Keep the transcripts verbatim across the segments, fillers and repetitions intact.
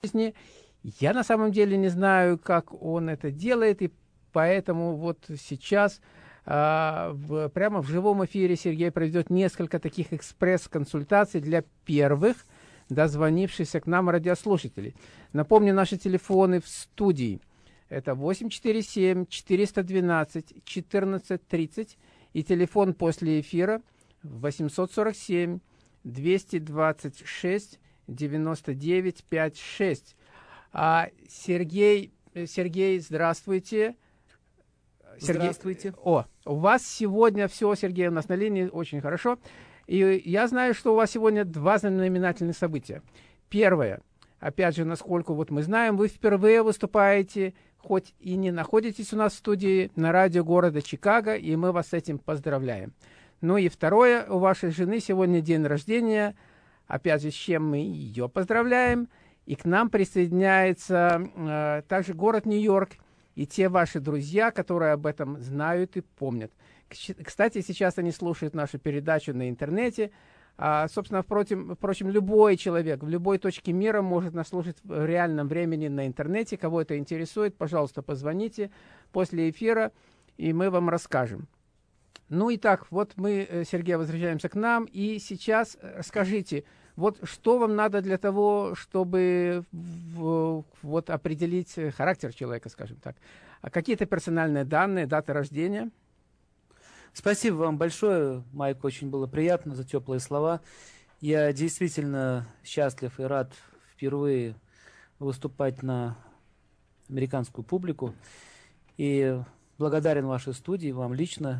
жизни. Я на самом деле не знаю, как он это делает, и поэтому вот сейчас а, в, прямо в живом эфире Сергей проведет несколько таких экспресс-консультаций для первых дозвонившихся к нам радиослушателей. Напомню, наши телефоны в студии. Это восемь четыре семь четыреста двенадцать четырнадцать тридцать и телефон после эфира восемь сорок семь двести двадцать шесть девяносто девять пятьдесят шесть. А, Сергей, Сергей, здравствуйте. Сергей, здравствуйте. О, у вас сегодня все, Сергей, у нас на линии, очень хорошо. И я знаю, что у вас сегодня два знаменательных события. Первое, опять же, насколько вот мы знаем, вы впервые выступаете, хоть и не находитесь у нас в студии, на радио города Чикаго, и мы вас с этим поздравляем. Ну и второе, у вашей жены сегодня день рождения, опять же, с чем мы ее поздравляем. И к нам присоединяется э, также город Нью-Йорк и те ваши друзья, которые об этом знают и помнят. Кстати, сейчас они слушают нашу передачу на интернете. А, собственно, впрочем, впрочем, любой человек в любой точке мира может нас слушать в реальном времени на интернете. Кого это интересует, пожалуйста, позвоните после эфира, и мы вам расскажем. Ну и так, вот мы, Сергей, возвращаемся к нам. И сейчас скажите, вот что вам надо для того, чтобы в, вот, определить характер человека, скажем так? Какие-то персональные данные, дата рождения? Спасибо вам большое, Майк, очень было приятно за теплые слова. Я действительно счастлив и рад впервые выступать на американскую публику. И благодарен вашей студии, вам лично.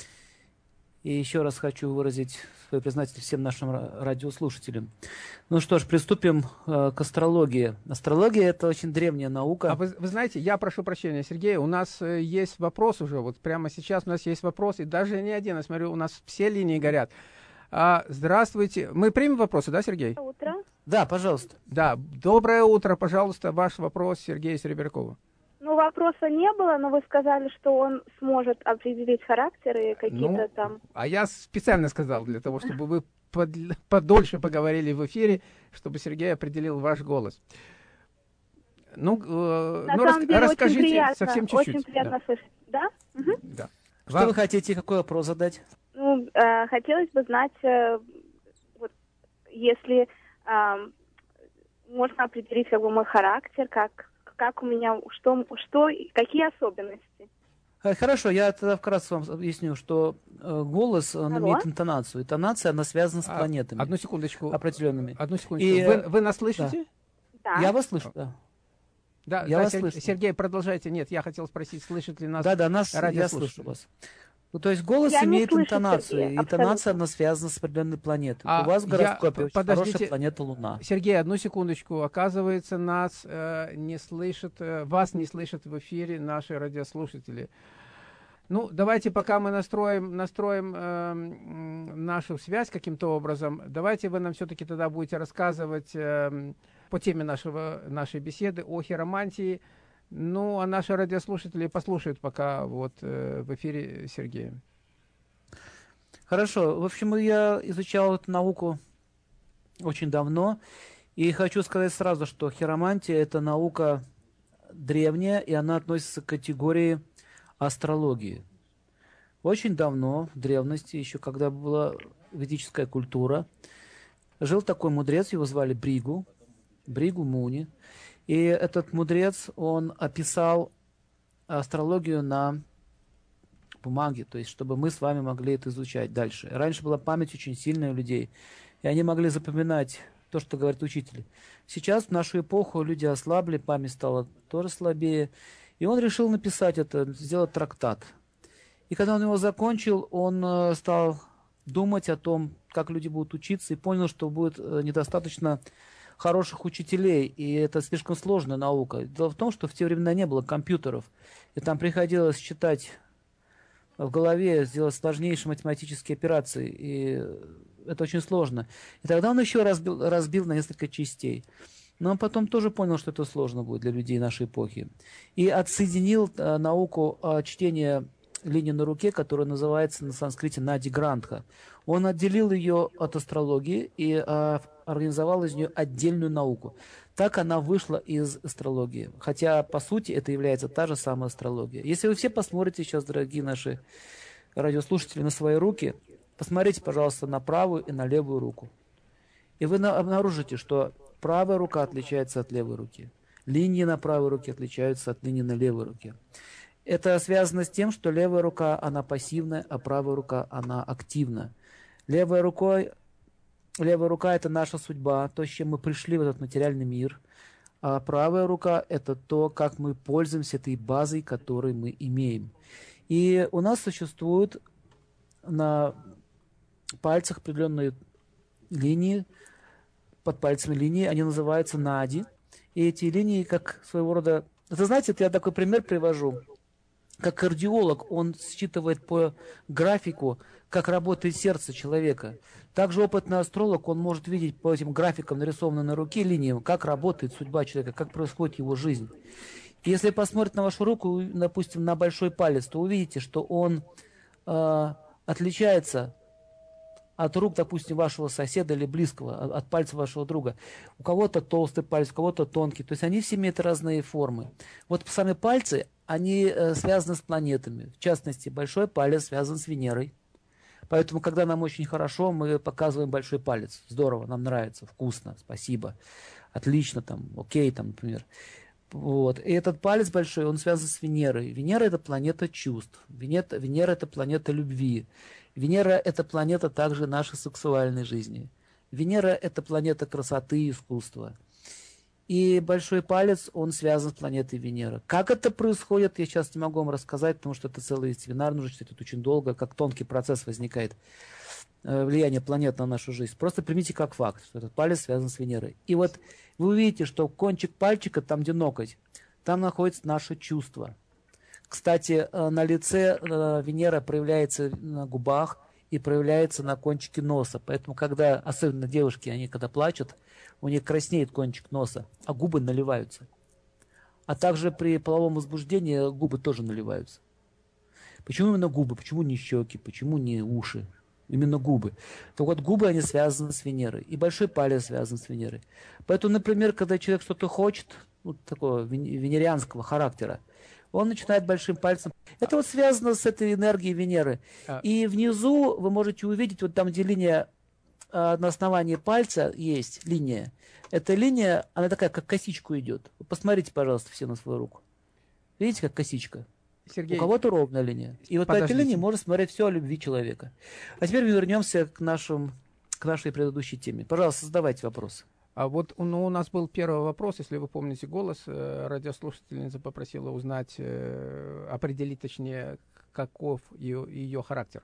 И еще раз хочу выразить свою признательность всем нашим радиослушателям. Ну что ж, приступим э, к астрологии. Астрология – это очень древняя наука. А вы, вы знаете, я прошу прощения, Сергей, у нас э, есть вопрос уже, вот прямо сейчас у нас есть вопрос, и даже не один, я смотрю, у нас все линии горят. А, здравствуйте. Мы примем вопросы, да, Сергей? Утро. Да, пожалуйста. Да, доброе утро, пожалуйста, ваш вопрос Сергею Серебрякову. Ну, вопроса не было, но вы сказали, что он сможет определить характер и какие-то Ну, там... А я специально сказал, для того, чтобы вы под, подольше поговорили в эфире, чтобы Сергей определил ваш голос. Ну, э, На ну самом рас, деле, расскажите очень приятно, совсем чуть-чуть. очень приятно Да. слышать. Да? Угу. Да. Что Вам- вы хотите, какой вопрос задать? Ну, э, хотелось бы знать, э, вот, если э, можно определить как бы мой характер, как, как у меня, что, что, какие особенности. Э, Хорошо, я тогда вкратце вам объясню, что э, голос, он Алло? имеет интонацию. Интонация, она связана с А, планетами Одну секундочку. определенными. Одну секундочку. И, Вы, вы нас слышите? Да. Я вас слышу, да. Да, я да, вас Сер- слышу. Сергей, продолжайте. Нет, я хотел спросить, слышит ли нас Да-да, нас, я радиослушатели. слышу вас. Ну, то есть голос Я не имеет слышу, интонацию, Сергей, и интонация, абсолютно. она связана с определенной планетой. А У вас в я- гороскопе очень подождите. хорошая планета Луна. Сергей, одну секундочку. Оказывается, нас э, не слышат, э, вас не слышат в эфире наши радиослушатели. Ну, давайте, пока мы настроим, настроим э, м, нашу связь каким-то образом, давайте вы нам все-таки тогда будете рассказывать э, по теме нашего, нашей беседы о хиромантии. Ну, а наши радиослушатели послушают пока вот э, в эфире Сергея. Хорошо. В общем, я изучал эту науку очень давно. И хочу сказать сразу, что хиромантия – это наука древняя, и она относится к категории астрологии. Очень давно, в древности, еще когда была ведическая культура, жил такой мудрец, его звали Бригу, Бригу Муни. И этот мудрец, он описал астрологию на бумаге, то есть чтобы мы с вами могли это изучать дальше. Раньше была память очень сильная у людей, и они могли запоминать то, что говорит учитель. Сейчас, в нашу эпоху, люди ослабли, память стала тоже слабее, и он решил написать это, сделать трактат. И когда он его закончил, он э, стал думать о том, как люди будут учиться, и понял, что будет э, недостаточно хороших учителей, и это слишком сложная наука. Дело в том, что в те времена не было компьютеров, и там приходилось читать в голове, сделать сложнейшие математические операции, и это очень сложно. И тогда он еще разбил, разбил на несколько частей. Но он потом тоже понял, что это сложно будет для людей нашей эпохи. И отсоединил а, науку а, чтения линии на руке, которая называется на санскрите Нади Грантха. Он отделил ее от астрологии и а, организовал из нее отдельную науку. Так она вышла из астрологии. Хотя, по сути, это является та же самая астрология. Если вы все посмотрите сейчас, дорогие наши радиослушатели, на свои руки, посмотрите, пожалуйста, на правую и на левую руку. И вы обнаружите, что правая рука отличается от левой руки. Линии на правой руке отличаются от линий на левой руке. Это связано с тем, что левая рука, она пассивная, а правая рука, она активна. Левая рукой, левая рука – это наша судьба, то, с чем мы пришли в этот материальный мир. А правая рука – это то, как мы пользуемся этой базой, которую мы имеем. И у нас существуют на пальцах определенные линии, под пальцами линии, они называются нади. И эти линии, как своего рода... Это, знаете, я такой пример привожу. Как кардиолог, он считывает по графику, как работает сердце человека. Также опытный астролог, он может видеть по этим графикам, нарисованным на руке линиям, как работает судьба человека, как происходит его жизнь. И если посмотреть на вашу руку, допустим, на большой палец, то увидите, что он э, отличается от рук, допустим, вашего соседа или близкого, от, от пальца вашего друга. У кого-то толстый палец, у кого-то тонкий. То есть они все имеют разные формы. Вот сами пальцы, они э, связаны с планетами. В частности, большой палец связан с Венерой. Поэтому, когда нам очень хорошо, мы показываем большой палец. Здорово, нам нравится, вкусно, спасибо, отлично, там, окей, там, например. Вот. И этот палец большой, он связан с Венерой. Венера – это планета чувств. Венера, Венера – это планета любви. Венера – это планета также нашей сексуальной жизни. Венера – это планета красоты и искусства. И большой палец, он связан с планетой Венера. Как это происходит, я сейчас не могу вам рассказать, потому что это целый семинар, нужно читать тут очень долго, как тонкий процесс возникает, э, влияние планет на нашу жизнь. Просто примите как факт, что этот палец связан с Венерой. И вот вы увидите, что кончик пальчика, там где ноготь, там находится наше чувство. Кстати, э, на лице э, Венера проявляется на губах и проявляется на кончике носа. Поэтому, когда, особенно девушки, они когда плачут, у них краснеет кончик носа, а губы наливаются. А также при половом возбуждении губы тоже наливаются. Почему именно губы? Почему не щеки? Почему не уши? Именно губы. То вот губы, они связаны с Венерой. И большой палец связан с Венерой. Поэтому, например, когда человек что-то хочет, ну, такого венерианского характера, он начинает большим пальцем. Это вот связано с этой энергией Венеры. И внизу вы можете увидеть, вот там, где линия на основании пальца есть линия. Эта линия, она такая, как косичку идет. Посмотрите, пожалуйста, все на свою руку. Видите, как косичка? Сергей, у кого-то ровная линия. И вот подождите. по этой линии можно смотреть все о любви человека. А теперь вернемся к, нашим, к нашей предыдущей теме. Пожалуйста, задавайте вопросы. А вот ну, у нас был первый вопрос, если вы помните голос, э, радиослушательница попросила узнать, э, определить точнее, каков ее, ее характер.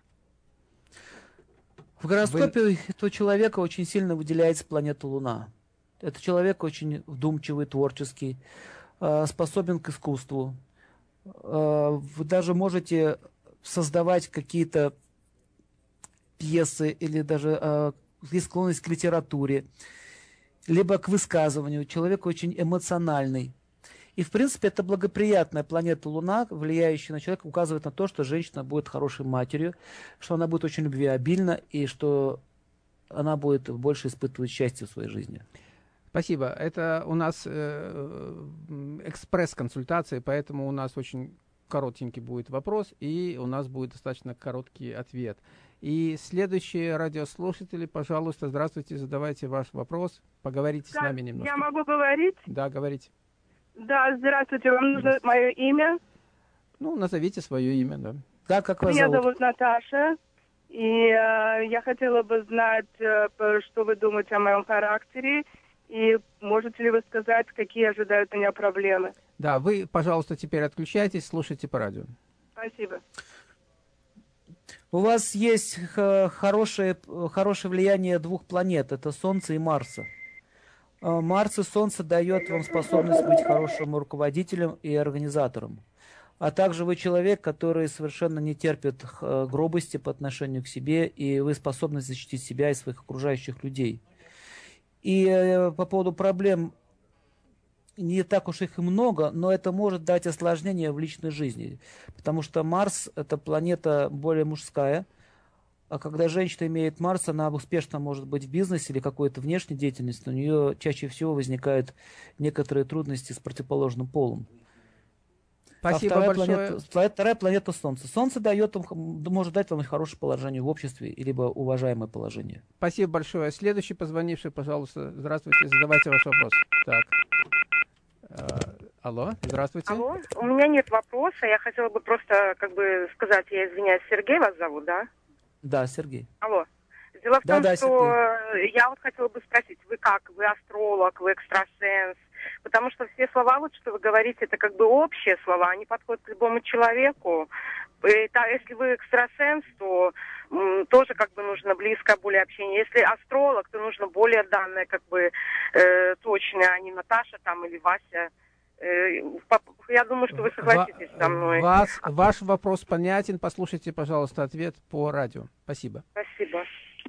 В гороскопе Вы... этого человека очень сильно выделяется планета Луна. Это человек очень вдумчивый, творческий, э, способен к искусству. Э, вы даже можете создавать какие-то пьесы или даже э, есть склонность к литературе, либо к высказыванию. Человек очень эмоциональный. И, в принципе, это благоприятная планета Луна, влияющая на человека, указывает на то, что женщина будет хорошей матерью, что она будет очень любвеобильна и что она будет больше испытывать счастье в своей жизни. Спасибо. Это у нас э, экспресс-консультация, поэтому у нас очень коротенький будет вопрос, и у нас будет достаточно короткий ответ. И следующие радиослушатели, пожалуйста, здравствуйте, задавайте ваш вопрос, поговорите да, с нами немножко. Я могу говорить? Да, говорите. Да, здравствуйте, вам нужно мое имя? Ну, назовите свое имя, да. Да, как вас Меня зовут? зовут Наташа, и э, я хотела бы знать, э, что вы думаете о моем характере, и можете ли вы сказать, какие ожидают меня проблемы? Да, вы, пожалуйста, теперь отключайтесь, слушайте по радио. Спасибо. У вас есть хорошее, хорошее влияние двух планет, это Солнце и Марса. Марс и Солнце дает вам способность быть хорошим руководителем и организатором. А также вы человек, который совершенно не терпит грубости по отношению к себе, и вы способны защитить себя и своих окружающих людей. И по поводу проблем, не так уж их и много, но это может дать осложнения в личной жизни. Потому что Марс – это планета более мужская, А когда женщина имеет Марс, она успешно может быть в бизнесе или какой-то внешней деятельности, у нее чаще всего возникают некоторые трудности с противоположным полом. Спасибо а вторая большое. Планета, вторая планета Солнце. Солнце дает вам, может дать вам хорошее положение в обществе, либо уважаемое положение. Спасибо большое. Следующий позвонивший, пожалуйста. Здравствуйте, задавайте ваш вопрос. Так. Алло, здравствуйте. Алло, у меня нет вопроса, я хотела бы просто, как бы сказать, я извиняюсь, Сергей вас зовут, да? Да, Сергей. Алло. Дело в да, том, да, что Сергей. Я вот хотела бы спросить, вы как, вы астролог, вы экстрасенс? Потому что все слова, вот что вы говорите, это как бы общие слова, они подходят к любому человеку. И, та, если вы экстрасенс, то м, тоже как бы нужно близкое более общение. Если астролог, то нужно более данные, как бы э, точные, а не Наташа там или Вася. Э, я думаю, что вы согласитесь со мной. Вас, ваш вопрос понятен. Послушайте, пожалуйста, ответ по радио. Спасибо. Спасибо.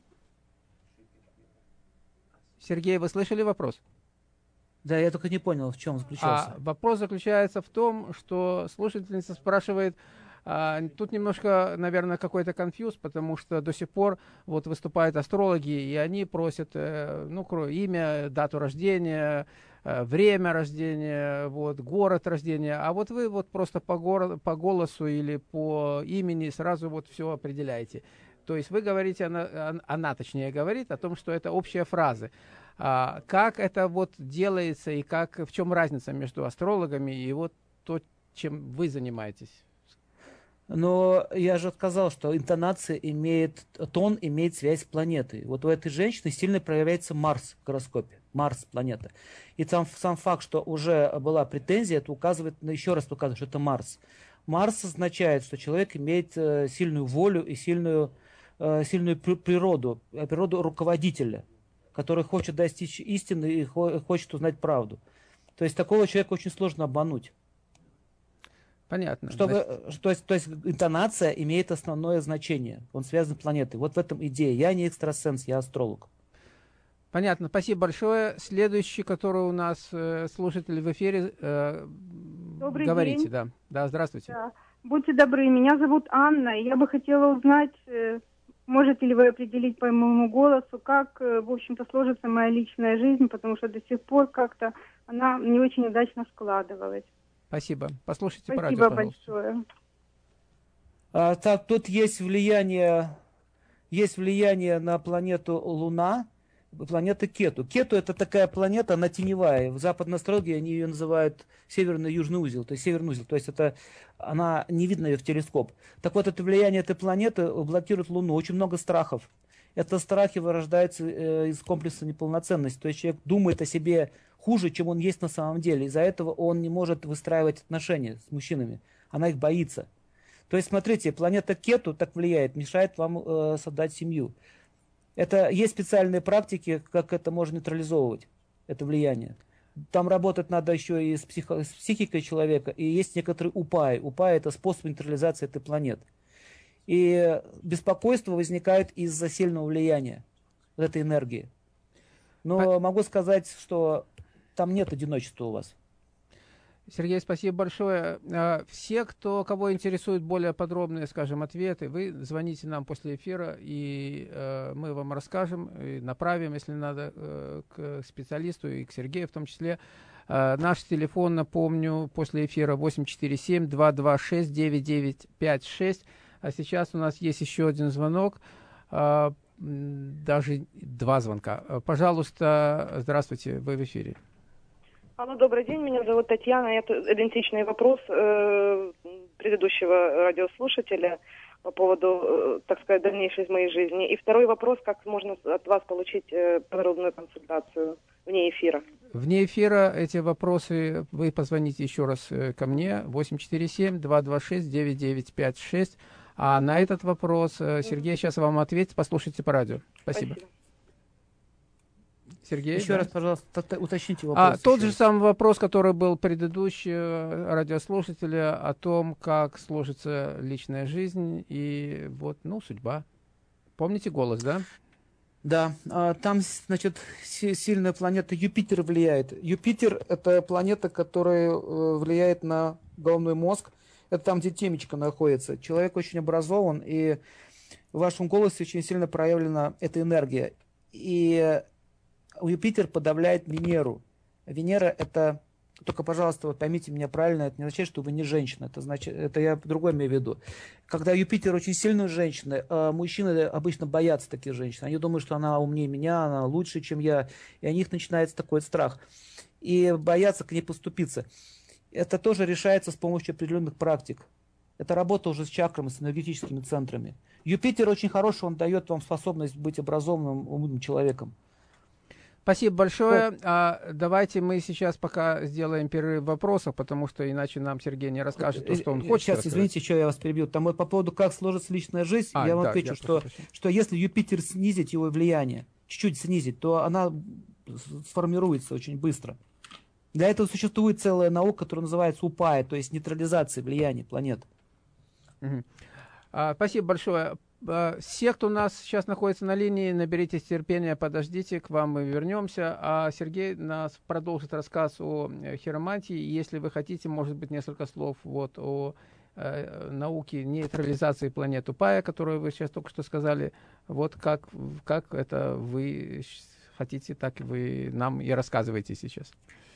Сергей, вы слышали вопрос? Да, я только не понял, в чем заключался. А, вопрос заключается в том, что слушательница спрашивает, а, тут немножко, наверное, какой-то конфьюз, потому что до сих пор вот выступают астрологи, и они просят, э, ну, имя, дату рождения, э, время рождения, вот, город рождения, а вот вы вот просто по, город, по голосу или по имени сразу вот все определяете. То есть вы говорите, она, она точнее говорит о том, что это общие фразы. А, как это вот делается и как, в чем разница между астрологами и вот то, чем вы занимаетесь? Но я же сказал, что интонация имеет, тон имеет связь с планетой. Вот у этой женщины сильно проявляется Марс в гороскопе. Марс планета. И там сам факт, что уже была претензия, это указывает, еще раз указывает, что это Марс. Марс означает, что человек имеет э, сильную волю и сильную, э, сильную природу, природу руководителя, который хочет достичь истины и хочет узнать правду. То есть такого человека очень сложно обмануть. Понятно. Чтобы, то, есть, то есть интонация имеет основное значение. Он связан с планетой. Вот в этом идея. Я не экстрасенс, я астролог. Понятно. Спасибо большое. Следующий, который у нас э, слушатель в эфире, э, Добрый говорите. день. Да. Да, здравствуйте. Да. Будьте добры, меня зовут Анна, и я бы хотела узнать, э, можете ли вы определить по моему голосу, как, э, в общем-то, сложится моя личная жизнь, потому что до сих пор как-то она не очень удачно складывалась. Спасибо. Послушайте Спасибо по радио, пожалуйста. большое. А, так, тут есть влияние, есть влияние на планету Луна, планета Кету. Кету это такая планета, она теневая. В западной астрологии они ее называют северный и южный узел, то есть северный узел. То есть это она не видно ее в телескоп. Так вот, это влияние этой планеты блокирует Луну. Очень много страхов. Это страхи вырождаются э, из комплекса неполноценности. То есть человек думает о себе хуже, чем он есть на самом деле. Из-за этого он не может выстраивать отношения с мужчинами. Она их боится. То есть, смотрите, планета Кету так влияет, мешает вам э, создать семью. Это есть специальные практики, как это можно нейтрализовывать, это влияние. Там работать надо еще и с, психо, с психикой человека, и есть некоторые упаи. Упаи – это способ нейтрализации этой планеты. И беспокойство возникает из-за сильного влияния вот этой энергии. Но могу сказать, что там нет одиночества у вас. Сергей, спасибо большое. Все, кто, кого интересуют более подробные, скажем, ответы, вы звоните нам после эфира, и э, мы вам расскажем, и направим, если надо, э, к специалисту и к Сергею в том числе. Э, наш телефон, напомню, после эфира восемь четыре семь два два шесть девять девять пять шесть. А сейчас у нас есть еще один звонок, э, даже два звонка. Пожалуйста, здравствуйте, вы в эфире. Алло, добрый день, меня зовут Татьяна. Это идентичный вопрос э, предыдущего радиослушателя по поводу, э, так сказать, дальнейшей из моей жизни. И второй вопрос, как можно от вас получить э, подробную консультацию вне эфира. Вне эфира эти вопросы вы позвоните еще раз э, ко мне, восемь четыре семь два два шесть девять девять пять шесть. А на этот вопрос э, Сергей сейчас вам ответит, послушайте по радио. Спасибо. Спасибо. Сергей, еще да? раз, пожалуйста, уточните вопрос. А, тот еще. же самый вопрос, который был предыдущий радиослушателя, о том, как сложится личная жизнь и вот, ну, судьба. Помните голос, да? Да, а, там, значит, сильная планета Юпитер влияет. Юпитер – это планета, которая влияет на головной мозг. Это там, где темечко находится. Человек очень образован, и в вашем голосе очень сильно проявлена эта энергия. И Юпитер подавляет Венеру. Венера это, только, пожалуйста, вот поймите меня правильно, это не означает, что вы не женщина, это значит, это я другое имею в виду. Когда Юпитер очень сильная женщина, мужчины обычно боятся таких женщин, они думают, что она умнее меня, она лучше, чем я, и у них начинается такой страх. И боятся к ней поступиться. Это тоже решается с помощью определенных практик. Это работа уже с чакрами, с энергетическими центрами. Юпитер очень хороший, он дает вам способность быть образованным, умным человеком. Спасибо большое. А, давайте мы сейчас пока сделаем перерыв в вопросах, потому что иначе нам Сергей не расскажет то, что он хочет Сейчас, рассказать. извините, еще я вас перебью. Там вот по поводу, как сложится личная жизнь, а, я вам да, отвечу, я что, что если Юпитер снизить его влияние, чуть-чуть снизить, то она сформируется очень быстро. Для этого существует целая наука, которая называется УПАИ, то есть нейтрализация влияния планет. Угу. А, спасибо большое. Все, кто у нас сейчас находится на линии, наберитесь терпения, подождите, к вам мы вернемся. А Сергей нас продолжит рассказ о хиромантии. Если вы хотите, может быть, несколько слов вот, о э, науке нейтрализации планеты Пая, которую вы сейчас только что сказали. Вот как, как это вы хотите, так и вы нам и рассказываете сейчас.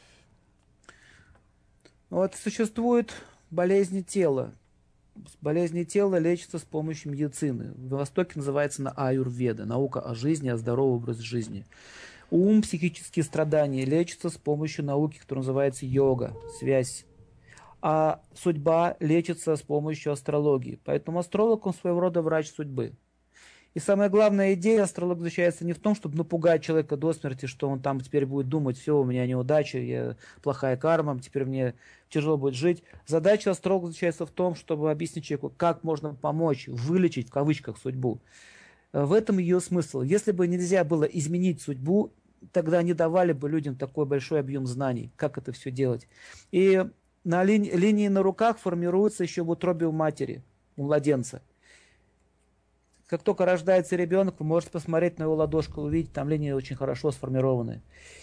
Вот существуют болезни тела. Болезни тела лечатся с помощью медицины. В Востоке называется на аюрведа, наука о жизни, о здоровом образе жизни. Ум, психические страдания лечатся с помощью науки, которая называется йога, связь. А судьба лечится с помощью астрологии. Поэтому астролог, он своего рода врач судьбы. И самая главная идея астролога заключается не в том, чтобы напугать человека до смерти, что он там теперь будет думать, все, у меня неудача, я плохая карма, теперь мне тяжело будет жить. Задача астролога заключается в том, чтобы объяснить человеку, как можно помочь, вылечить, в кавычках, судьбу. В этом ее смысл. Если бы нельзя было изменить судьбу, тогда не давали бы людям такой большой объем знаний, как это все делать. И на ли, линии на руках формируется еще в утробе у матери, у младенца. Как только рождается ребенок, вы можете посмотреть на его ладошку, увидеть, там линии очень хорошо сформированы.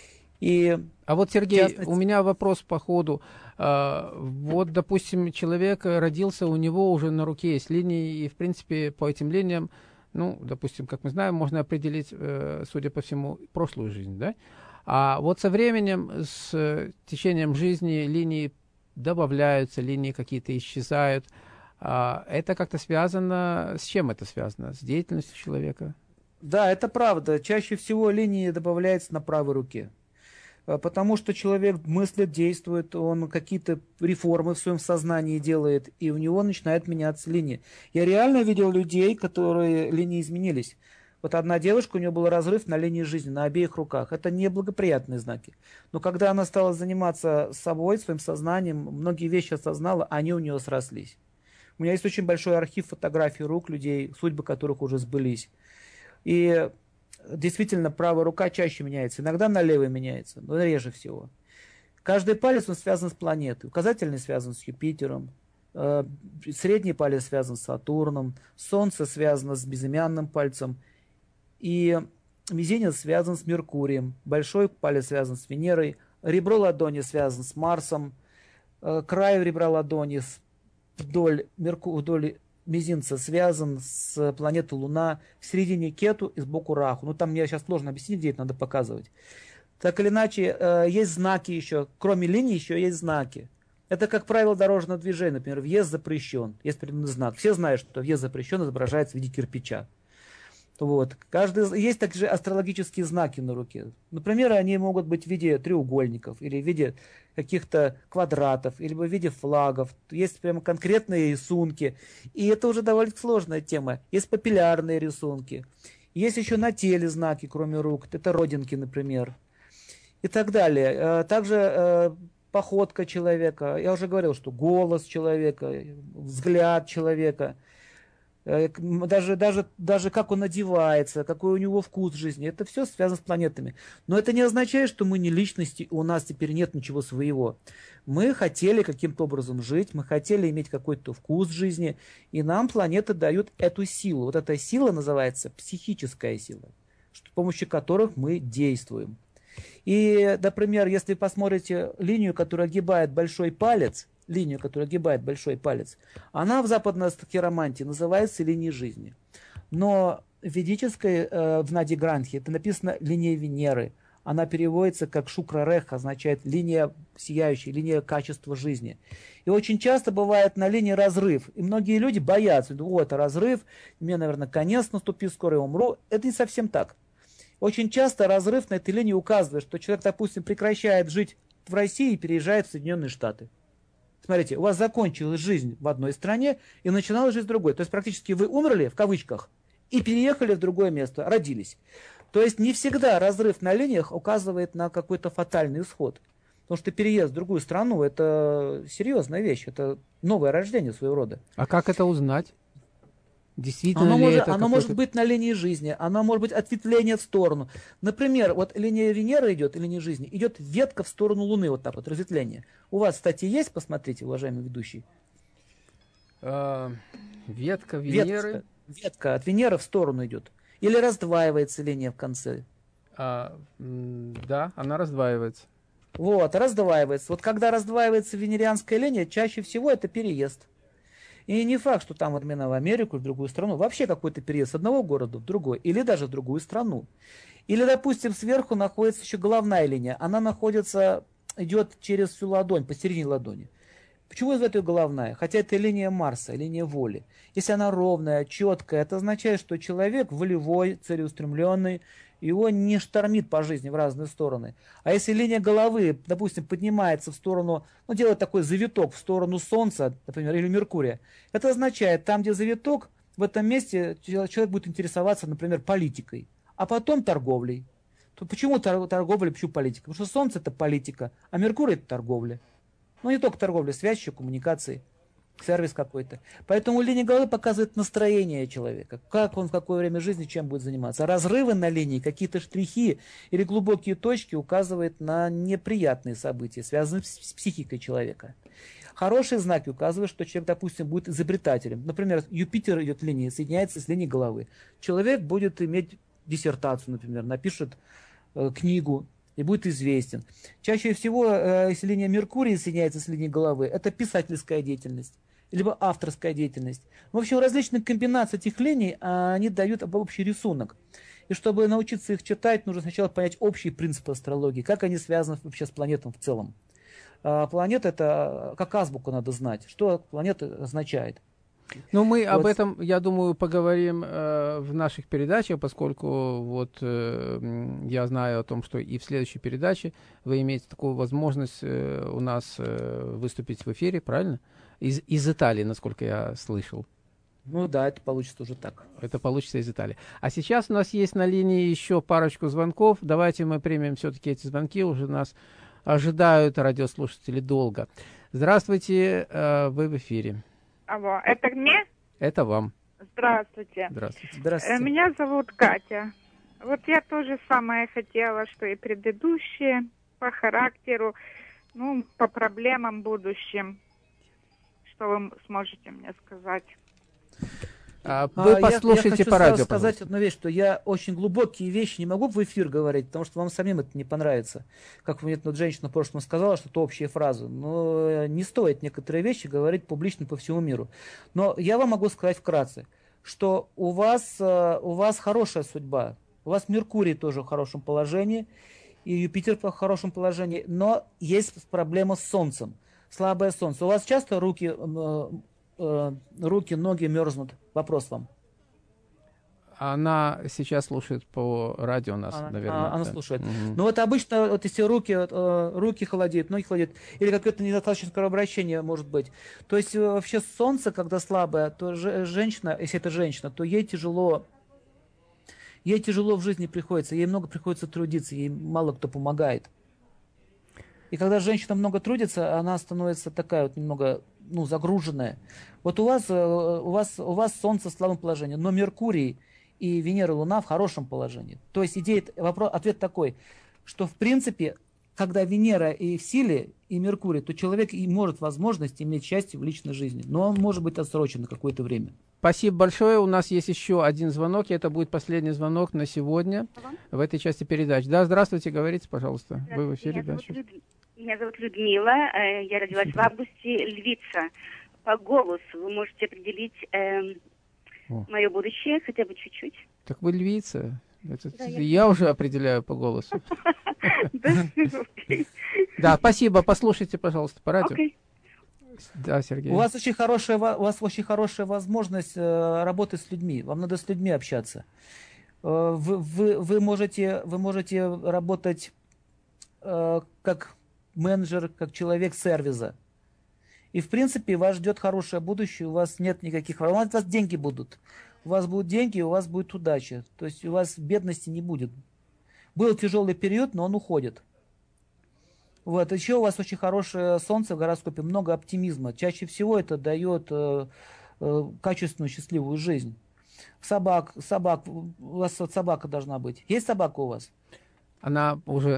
И а вот, Сергей, частности... у меня вопрос по ходу. А, вот, допустим, человек родился, у него уже на руке есть линии, и, в принципе, по этим линиям, ну, допустим, как мы знаем, можно определить, э, судя по всему, прошлую жизнь, да? А вот со временем, с течением жизни линии добавляются, линии какие-то исчезают. Это как-то связано... С чем это связано? С деятельностью человека? Да, это правда. Чаще всего линии добавляются на правой руке. Потому что человек мыслит, действует, он какие-то реформы в своем сознании делает, и у него начинает меняться линии. Я реально видел людей, которые линии изменились. Вот одна девушка, у нее был разрыв на линии жизни, на обеих руках. Это неблагоприятные знаки. Но когда она стала заниматься собой, своим сознанием, многие вещи осознала, они у нее срослись. У меня есть очень большой архив фотографий рук людей, судьбы которых уже сбылись. И действительно, правая рука чаще меняется. Иногда на левой меняется, но реже всего. Каждый палец он связан с планетой. Указательный связан с Юпитером. Средний палец связан с Сатурном. Солнце связано с безымянным пальцем. И мизинец связан с Меркурием. Большой палец связан с Венерой. Ребро ладони связано с Марсом. Край ребра ладони с Вдоль, Мерку, вдоль мизинца связан с планетой Луна, в середине Кету и сбоку Раху. Ну, там мне сейчас сложно объяснить, где это надо показывать. Так или иначе, э, есть знаки еще. Кроме линий еще есть знаки. Это, как правило, дорожного движения. Например, въезд запрещен. Есть определенный знак. Все знают, что въезд запрещен изображается в виде кирпича. Вот. Каждый, есть также астрологические знаки на руке. Например, они могут быть в виде треугольников, или в виде каких-то квадратов, или в виде флагов. Есть прямо конкретные рисунки. И это уже довольно сложная тема. Есть папиллярные рисунки. Есть еще на теле знаки, кроме рук. Это родинки, например. И так далее. Также походка человека. Я уже говорил, что голос человека, взгляд человека. Даже, даже, даже как он одевается, какой у него вкус жизни, это все связано с планетами. Но это не означает, что мы не личности, у нас теперь нет ничего своего. Мы хотели каким-то образом жить, мы хотели иметь какой-то вкус жизни, и нам планеты дают эту силу. Вот эта сила называется психическая сила, с помощью которых мы действуем. И, например, если посмотрите линию, которая огибает большой палец, линию, которая огибает большой палец, она в западной хиромантии называется линией жизни. Но в ведической, э, в Нади Грантхе, это написано линия Венеры. Она переводится как шукра-рех, означает линия сияющая, линия качества жизни. И очень часто бывает на линии разрыв. И многие люди боятся, вот, это разрыв, мне, наверное, конец наступит, скоро я умру. Это не совсем так. Очень часто разрыв на этой линии указывает, что человек, допустим, прекращает жить в России и переезжает в Соединенные Штаты. Смотрите, у вас закончилась жизнь в одной стране и начиналась жизнь в другой. То есть практически вы умерли, в кавычках, и переехали в другое место, родились. То есть не всегда разрыв на линиях указывает на какой-то фатальный исход. Потому что переезд в другую страну – это серьезная вещь, это новое рождение своего рода. А как это узнать? Действительно оно ли может, это оно может быть на линии жизни, оно может быть ответвление в сторону. Например, вот линия Венеры идет, линия жизни, идет ветка в сторону Луны, вот так вот, разветвление. У вас, кстати, есть, посмотрите, уважаемый ведущий? А, ветка Венеры. Ветка, ветка от Венеры в сторону идет. Или раздваивается линия в конце? А, да, она раздваивается. Вот, раздваивается. Вот когда раздваивается венерианская линия, чаще всего это переезд. И не факт, что там вот именно в Америку, в другую страну, вообще какой-то переезд с одного города в другой, или даже в другую страну. Или, допустим, сверху находится еще головная линия. Она находится, идет через всю ладонь, посередине ладони. Почему из этой головная? Хотя это линия Марса, линия воли. Если она ровная, четкая, это означает, что человек волевой, целеустремленный, его не штормит по жизни в разные стороны. А если линия головы, допустим, поднимается в сторону, ну, делает такой завиток в сторону Солнца, например, или Меркурия, это означает, там, где завиток, в этом месте человек будет интересоваться, например, политикой, а потом торговлей. То почему торговля, почему политика? Потому что Солнце – это политика, а Меркурий – это торговля. Ну, не только торговля, связь еще, коммуникации, сервис какой-то. Поэтому линия головы показывает настроение человека, как он в какое время жизни чем будет заниматься. А разрывы на линии, какие-то штрихи или глубокие точки указывают на неприятные события, связанные с психикой человека. Хорошие знаки указывают, что человек, допустим, будет изобретателем. Например, Юпитер идет в линии, соединяется с линией головы. Человек будет иметь диссертацию, например, напишет э, книгу и будет известен. Чаще всего, э, если линия Меркурия соединяется с линией головы, это писательская деятельность, либо авторская деятельность. В общем, различные комбинации этих линий, они дают общий рисунок. И чтобы научиться их читать, нужно сначала понять общие принципы астрологии, как они связаны вообще с планетами в целом. А планета – это как азбуку надо знать, что планета означает. Ну, мы Вот. об этом, я думаю, поговорим э, в наших передачах, поскольку вот э, я знаю о том, что и в следующей передаче вы имеете такую возможность э, у нас э, выступить в эфире, правильно? Из, из Италии, насколько я слышал. Ну да, это получится уже так. Это получится из Италии. А сейчас у нас есть на линии еще парочку звонков. Давайте мы примем все-таки эти звонки. Уже нас ожидают радиослушатели долго. Здравствуйте, э, вы в эфире. Алло, это мне? Это вам. Здравствуйте. Здравствуйте. Здравствуйте. Меня зовут Катя. Вот я тоже самое хотела, что и предыдущие, по характеру, ну, по проблемам будущим. Что вы сможете мне сказать? А вы А, послушайте я, я хочу по радио, сразу сказать пожалуйста. одну вещь, что я очень глубокие вещи не могу в эфир говорить, потому что вам самим это не понравится. Как мне вот женщина в прошлом сказала, что это общие фразы. Но не стоит некоторые вещи говорить публично по всему миру. Но я вам могу сказать вкратце, что у вас, у вас хорошая судьба. У вас Меркурий тоже в хорошем положении, и Юпитер в хорошем положении, но есть проблема с Солнцем. Слабое Солнце. У вас часто руки... руки, ноги мерзнут. Вопрос вам. Она сейчас слушает по радио нас, Она, наверное. она да. слушает. Мгм. Ну вот обычно, вот если руки, э, руки холодеют, ноги холодеют, или какое-то недостаточное кровообращение может быть. То есть э, вообще солнце, когда слабое, то же, женщина, если это женщина, то ей тяжело, ей тяжело в жизни приходится, ей много приходится трудиться, ей мало кто помогает. И когда женщина много трудится, она становится такая вот немного, ну, загруженная. Вот у вас, у вас, у вас Солнце в слабом положении, но Меркурий и Венера, Луна в хорошем положении. То есть идея, вопрос, ответ такой, что в принципе, когда Венера и в силе, и Меркурий, то человек и может возможность иметь счастье в личной жизни. Но он может быть отсрочен на какое-то время. Спасибо большое. У нас есть еще один звонок, и это будет последний звонок на сегодня Алло. в этой части передачи. Да, здравствуйте, говорите, пожалуйста. Вы в эфире, Меня да? зовут, Люд... Меня зовут Людмила, э, я родилась в августе, львица. По голосу вы можете определить, э, О. мое будущее, хотя бы чуть-чуть. Так вы львица. Это, Да, я... я- уже определяю по голосу. Да, окей. Да, спасибо. Послушайте, пожалуйста, по радио. Окей. Да, Сергей. У вас очень хорошая, во- у вас очень хорошая возможность э, работать с людьми. Вам надо с людьми общаться. Э, вы, вы, вы, можете, вы можете работать э, как менеджер, как человек сервиса. И, в принципе, вас ждет хорошее будущее, у вас нет никаких проблем. У вас деньги будут. У вас будут деньги, у вас будет удача. То есть у вас бедности не будет. Был тяжелый период, но он уходит. Вот. Еще у вас очень хорошее солнце в гороскопе, много оптимизма. Чаще всего это дает э, э, качественную, счастливую жизнь. Собак, собак, у вас вот собака должна быть. Есть собака у вас? Она уже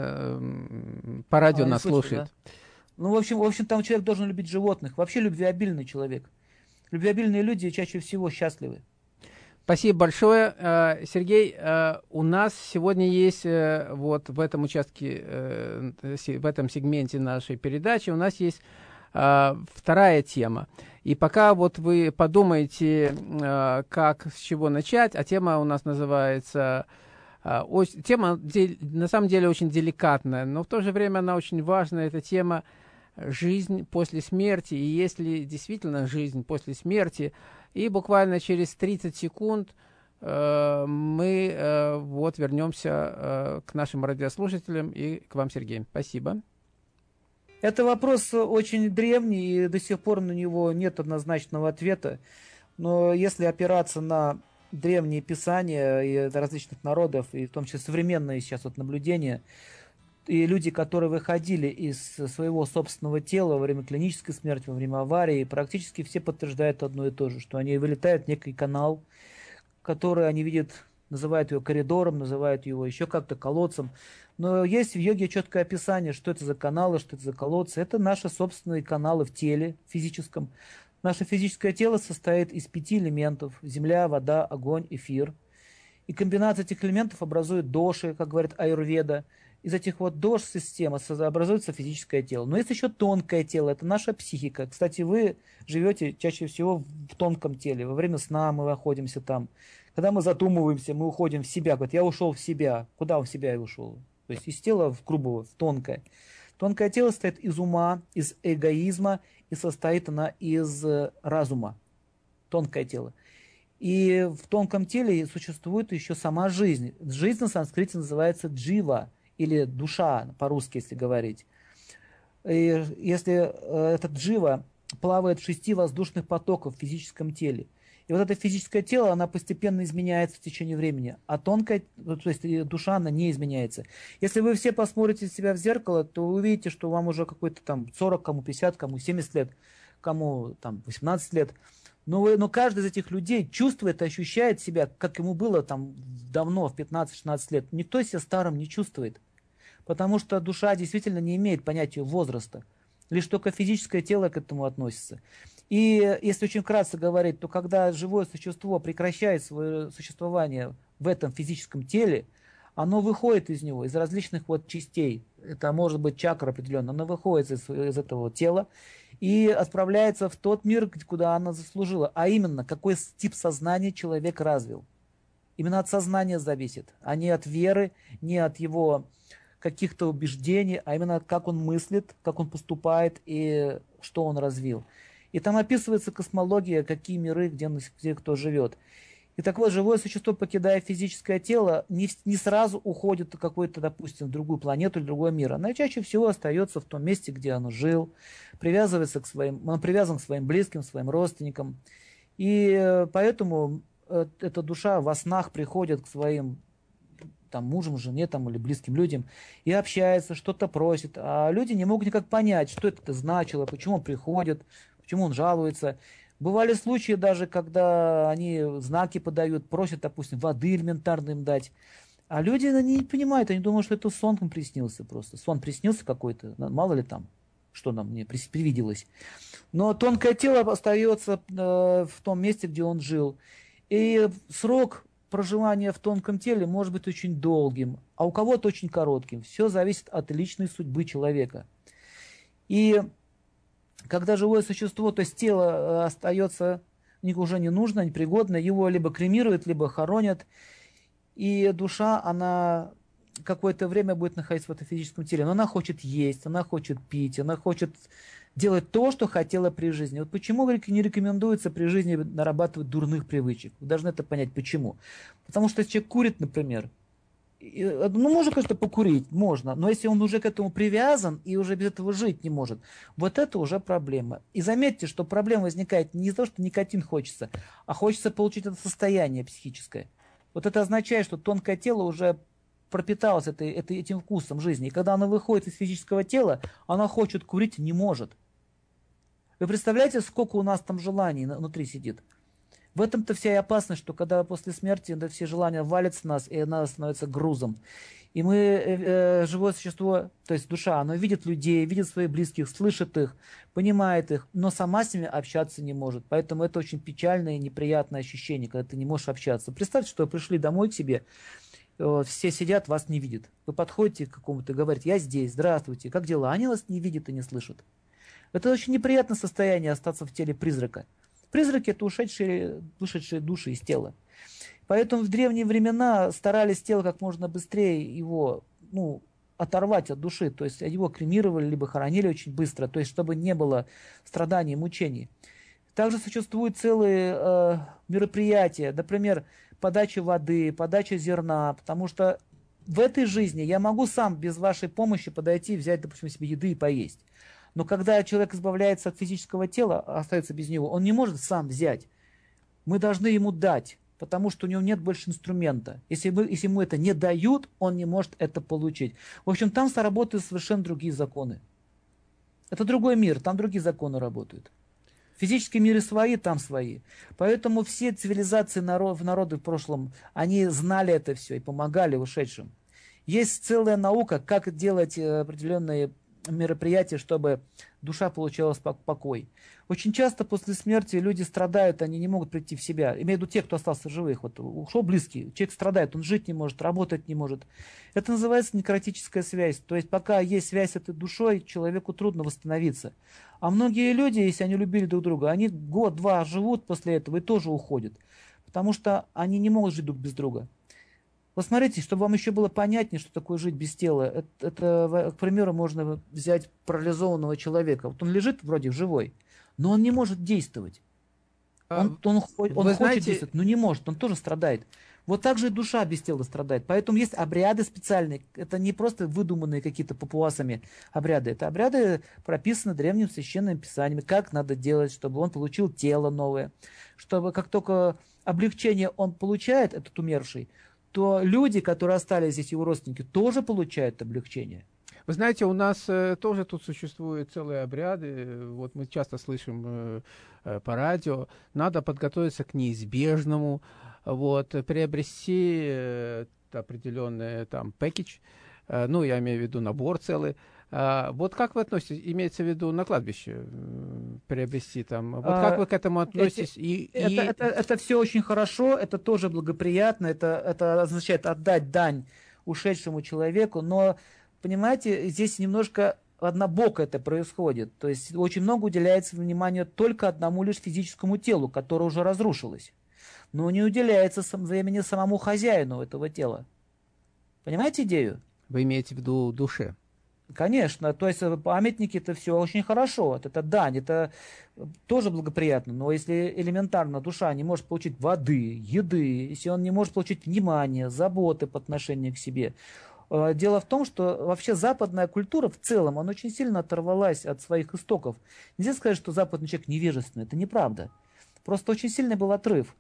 э, по радио Она не нас слышит, слушает. да? Ну, в общем, в общем, там человек должен любить животных. Вообще любвеобильный человек. Любвеобильные люди чаще всего счастливы. Спасибо большое, Э, Сергей. э, У нас сегодня есть э, вот в этом участке, э, се- в этом сегменте нашей передачи у нас есть э, вторая тема. И пока вот вы подумаете, э, как, с чего начать, а тема у нас называется... э, ось- Тема де- на самом деле очень деликатная, но в то же время она очень важная. Это тема жизнь после смерти. И если действительно жизнь после смерти... И буквально через тридцать секунд э, мы э, вот вернемся э, к нашим радиослушателям и к вам, Сергей. Спасибо. Это вопрос очень древний, и до сих пор на него нет однозначного ответа. Но если опираться на древние писания и различных народов, и в том числе современные сейчас вот наблюдения, и люди, которые выходили из своего собственного тела во время клинической смерти, во время аварии, практически все подтверждают одно и то же, что они вылетают в некий канал, который они видят, называют его коридором, называют его еще как-то колодцем. Но есть в йоге четкое описание, что это за каналы, что это за колодцы. Это наши собственные каналы в теле физическом. Наше физическое тело состоит из пяти элементов: земля, вода, огонь, эфир. И комбинация этих элементов образует доши, как говорит аюрведа. Из этих вот дош-систем образуется физическое тело. Но есть еще тонкое тело, это наша психика. Кстати, вы живете чаще всего в тонком теле. Во время сна мы находимся там. Когда мы задумываемся, мы уходим в себя. Говорят, я ушел в себя. Куда он в себя и ушел? То есть из тела в грубого, в тонкое. Тонкое тело состоит из ума, из эгоизма, и состоит она из разума. Тонкое тело. И в тонком теле существует еще сама жизнь. Жизнь на санскрите называется джива, или душа, по-русски, если говорить. И если э, этот джива плавает в шести воздушных потоках в физическом теле. И вот это физическое тело, оно постепенно изменяется в течение времени, а тонкая, то есть душа, она не изменяется. Если вы все посмотрите себя в зеркало, то вы увидите, что вам уже какой-то там сорок, кому пятьдесят, кому семьдесят лет, кому там восемнадцать лет. Но, вы, но каждый из этих людей чувствует и ощущает себя, как ему было там давно, в пятнадцать-шестнадцать лет. Никто себя старым не чувствует. Потому что душа действительно не имеет понятия возраста. Лишь только физическое тело к этому относится. И если очень вкратце говорить, то когда живое существо прекращает свое существование в этом физическом теле, оно выходит из него, из различных вот частей. Это может быть чакра определенно. Оно выходит из, из этого тела и отправляется в тот мир, куда она заслужила. А именно, какой тип сознания человек развил. Именно от сознания зависит, а не от веры, не от его каких-то убеждений, а именно как он мыслит, как он поступает и что он развил. И там описывается космология, какие миры, где, где кто живет. И так вот, живое существо, покидая физическое тело, не, не сразу уходит в какую-то, допустим, другую планету или другой мир. Оно чаще всего остается в том месте, где оно жил, привязывается к своим, он привязан к своим близким, своим родственникам. И поэтому эта душа во снах приходит к своим там, мужем, жене там, или близким людям и общается, что-то просит. А люди не могут никак понять, что это значило, почему он приходит, почему он жалуется. Бывали случаи даже, когда они знаки подают, просят, допустим, воды элементарно им дать. А люди они не понимают, они думают, что это сон им приснился просто. Сон приснился какой-то, мало ли там, что нам мне привиделось. Но тонкое тело остается э, в том месте, где он жил. И срок проживания в тонком теле может быть очень долгим, а у кого-то очень коротким. Все зависит от личной судьбы человека. И когда живое существо, то есть тело остается них уже не нужно, непригодно, его либо кремируют, либо хоронят, и душа, она какое-то время будет находиться в этом физическом теле, но она хочет есть, она хочет пить, она хочет делать то, что хотела при жизни. Вот почему не рекомендуется при жизни нарабатывать дурных привычек? Вы должны это понять, почему. Потому что если человек курит, например, ну, можно, конечно, покурить, можно, но если он уже к этому привязан и уже без этого жить не может, вот это уже проблема. И заметьте, что проблема возникает не из-за того, что никотин хочется, а хочется получить это состояние психическое. Вот это означает, что тонкое тело уже пропиталось этой, этой, этим вкусом жизни. И когда оно выходит из физического тела, оно хочет курить, не может. Вы представляете, сколько у нас там желаний внутри сидит? В этом-то вся и опасность, что когда после смерти да, все желания валятся на нас, и она становится грузом. И мы, э, э, живое существо, то есть душа, оно видит людей, видит своих близких, слышит их, понимает их, но сама с ними общаться не может. Поэтому это очень печальное и неприятное ощущение, когда ты не можешь общаться. Представьте, что вы пришли домой к себе, э, все сидят, вас не видят. Вы подходите к какому-то и говорите: я здесь, здравствуйте, как дела? Они вас не видят и не слышат. Это очень неприятное состояние остаться в теле призрака. Призраки – это ушедшие, вышедшие души из тела. Поэтому в древние времена старались тело как можно быстрее его ну, оторвать от души. То есть его кремировали, либо хоронили очень быстро, то есть чтобы не было страданий, мучений. Также существуют целые э, мероприятия, например, подача воды, подача зерна, потому что в этой жизни я могу сам без вашей помощи подойти, взять, допустим, себе еды и поесть. Но когда человек избавляется от физического тела, остается без него, он не может сам взять. Мы должны ему дать, потому что у него нет больше инструмента. Если, мы, если ему это не дают, он не может это получить. В общем, там сработают совершенно другие законы. Это другой мир, там другие законы работают. Физические миры свои, там свои. Поэтому все цивилизации народ, народы в прошлом, они знали это все и помогали ушедшим. Есть целая наука, как делать определенные мероприятия, чтобы душа получала покой. Очень часто после смерти люди страдают, они не могут прийти в себя. Имею в виду те, кто остался живых. Вот ушел близкий, человек страдает, он жить не может, работать не может. Это называется некротическая связь. То есть пока есть связь с этой душой, человеку трудно восстановиться. А многие люди, если они любили друг друга, они год-два живут после этого и тоже уходят. Потому что они не могут жить друг без друга. Вот смотрите, чтобы вам еще было понятнее, что такое жить без тела. Это, это, к примеру, можно взять парализованного человека. Вот он лежит вроде живой, но он не может действовать. Он, он, он, он хочет знаете... действовать, но не может, он тоже страдает. Вот так же и душа без тела страдает. Поэтому есть обряды специальные. Это не просто выдуманные какие-то папуасами обряды. Это обряды прописаны древним священным писанием. Как надо делать, чтобы он получил тело новое. Чтобы как только облегчение он получает, этот умерший, то люди, которые остались здесь, его родственники, тоже получают облегчение. Вы знаете, у нас э, тоже тут существуют целые обряды. Вот мы часто слышим э, э, по радио. Надо подготовиться к неизбежному, вот, приобрести э, определенный там пэкидж, э, ну, я имею в виду набор целый. А, вот как вы относитесь, имеется в виду на кладбище э, приобрести там, вот как вы к этому относитесь? Эти, и, это, и... Это, это все очень хорошо, это тоже благоприятно, это, это означает отдать дань ушедшему человеку, но, понимаете, здесь немножко однобоко это происходит, то есть очень много уделяется внимания только одному лишь физическому телу, которое уже разрушилось, но не уделяется времени самому хозяину этого тела. Понимаете идею? Вы имеете в виду душе? Конечно, то есть памятники это все очень хорошо, это дань, это тоже благоприятно, но если элементарно душа не может получить воды, еды, если он не может получить внимания, заботы по отношению к себе, дело в том, что вообще западная культура в целом, она очень сильно оторвалась от своих истоков. Нельзя сказать, что западный человек невежественный, это неправда, просто очень сильный был отрыв.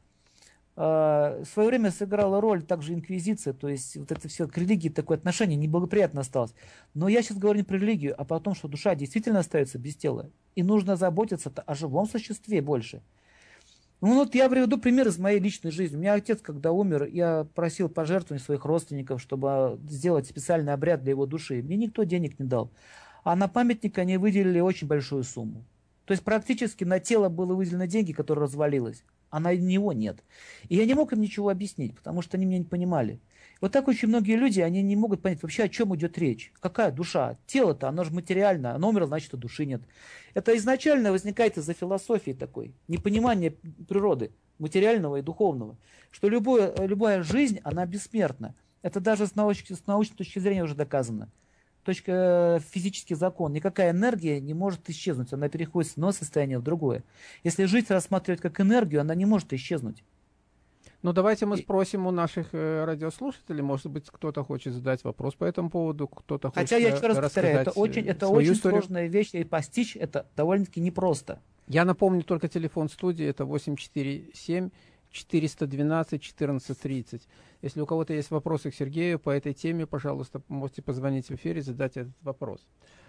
В свое время сыграла роль также инквизиция, то есть вот это все к религии такое отношение неблагоприятно осталось. Но я сейчас говорю не про религию, а про то, что душа действительно остается без тела. И нужно заботиться о живом существе больше. Ну вот я приведу пример из моей личной жизни. У меня отец, когда умер, я просил пожертвований своих родственников, чтобы сделать специальный обряд для его души. Мне никто денег не дал. А на памятник они выделили очень большую сумму. То есть практически на тело было выделено деньги, которое развалилось. А на него нет. И я не мог им ничего объяснить, потому что они меня не понимали. Вот так очень многие люди, они не могут понять вообще, о чем идет речь. Какая душа? Тело-то, оно же материальное, оно умерло, значит, души нет. Это изначально возникает из-за философии такой, непонимания природы, материального и духовного, что любое, любая жизнь, она бессмертна. Это даже с, науч, с научной точки зрения уже доказано. Точка физический закон. Никакая энергия не может исчезнуть, она переходит с одного состояния в другое. Если жизнь рассматривать как энергию, она не может исчезнуть. Ну, давайте мы спросим у наших э, радиослушателей, может быть, кто-то хочет задать вопрос по этому поводу, кто-то хочет Хотя я еще раз повторяю, это рассказать, очень, э, это свою очень историю. сложная вещь, и постичь это довольно-таки непросто. Я напомню только телефон студии, это восемь четыре семь четыреста двенадцать четырнадцать тридцать. Если у кого-то есть вопросы к Сергею по этой теме, пожалуйста, можете позвонить в эфире и задать этот вопрос.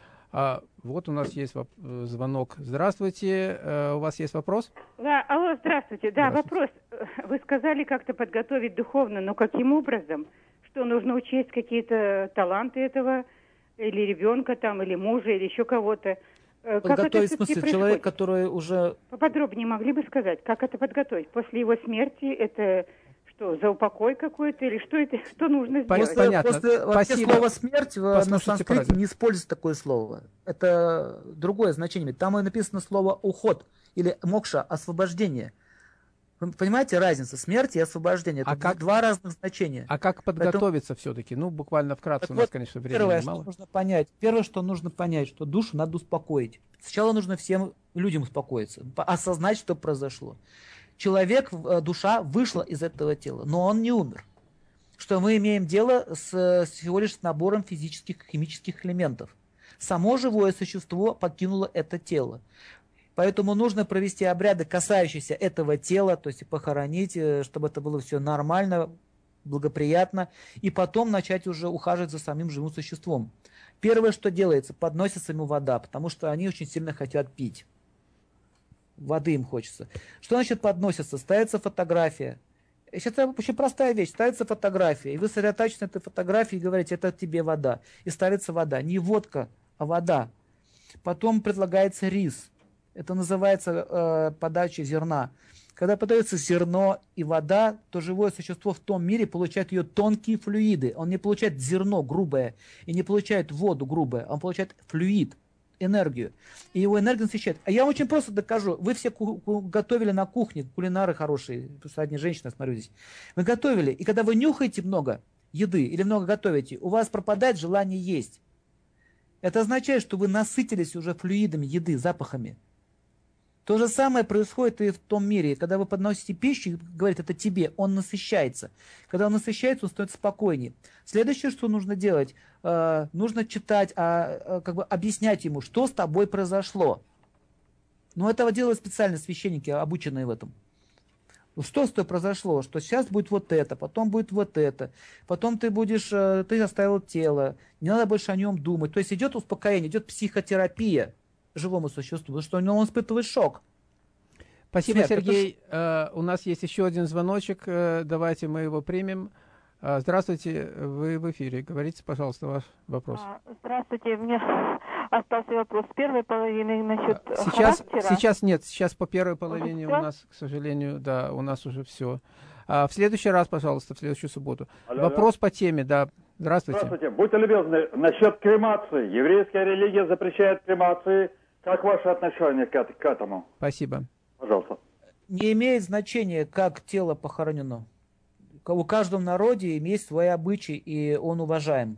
А, вот у нас есть воп- звонок. Здравствуйте, э, у вас есть вопрос? Да, алло, здравствуйте. Да, Здравствуйте. вопрос. Вы сказали как-то подготовить духовно, но каким образом? Что нужно учесть какие-то таланты этого, или ребенка там, или мужа, или еще кого-то? Э, Как это Подготовить, в всё-таки смысле, происходит? человек, который уже... Поподробнее могли бы сказать, как это подготовить? После его смерти это что, за упокой какой-то, или что это, что нужно сделать? После, Понятно. после вообще Спасибо. слова смерть в- на Послушайте по санскрите радио. не используется такое слово. Это другое значение. Там и написано слово уход или мокша, освобождение. Вы понимаете разницу? Смерть и освобождение. Это А как- два разных значения. А как подготовиться все-таки? Ну, буквально вкратце, Так у нас, вот, конечно, времени Первое, что мало. нужно понять, первое, что нужно понять, что душу надо успокоить. Сначала нужно всем людям успокоиться, по- осознать, что произошло. Человек, э, душа вышла из этого тела, но он не умер. Что мы имеем дело с э, всего лишь с набором физических, химических элементов. Само живое существо покинуло это тело. Поэтому нужно провести обряды, касающиеся этого тела, то есть похоронить, э, чтобы это было все нормально, благоприятно, и потом начать уже ухаживать за самим живым существом. Первое, что делается, подносится ему вода, потому что они очень сильно хотят пить. Воды им хочется. Что значит подносится? Ставится фотография. Сейчас это очень простая вещь. Ставится фотография, и вы сосредотачиваетесь на этой фотографии и говорите, это тебе вода. И ставится вода. Не водка, а вода. Потом предлагается рис. Это называется э, подача зерна. Когда подается зерно и вода, то живое существо в том мире получает ее тонкие флюиды. Он не получает зерно грубое и не получает воду грубое. Он получает флюид, энергию. И его энергия насыщает. А я очень просто докажу. Вы все ку- ку- готовили на кухне, кулинары хорошие, потому что одни женщины, смотрю здесь. Вы готовили, и когда вы нюхаете много еды или много готовите, у вас пропадает желание есть. Это означает, что вы насытились уже флюидами еды, запахами. То же самое происходит и в том мире. Когда вы подносите пищу и говорите, это тебе, он насыщается. Когда он насыщается, он становится спокойнее. Следующее, что нужно делать, э, нужно читать, а, э, как бы объяснять ему, что с тобой произошло. Но этого делают специально священники, обученные в этом. Что с тобой произошло? Что сейчас будет вот это, потом будет вот это, потом ты будешь, э, ты оставил тело, не надо больше о нем думать. То есть идет успокоение, идет психотерапия живому существу, потому что у него он испытывает шок. Спасибо, Смерть, Сергей. Э, у нас есть еще один звоночек. Э, давайте мы его примем. Э, здравствуйте, вы в эфире. Говорите, пожалуйста, ваш вопрос. А, Здравствуйте, у меня остался вопрос с первой половины насчет А, Сейчас, характера. сейчас нет, сейчас по первой половине у всё? нас, к сожалению, да, у нас уже все. А в следующий раз, пожалуйста, в следующую субботу. Алло, Вопрос по теме, да. Здравствуйте. Здравствуйте. Будьте любезны, насчет кремации. Еврейская религия запрещает кремации. Как ваше отношение к, эт- к этому? Спасибо. Пожалуйста. Не имеет значения, как тело похоронено. У каждого народе есть свои обычаи, и он уважаем.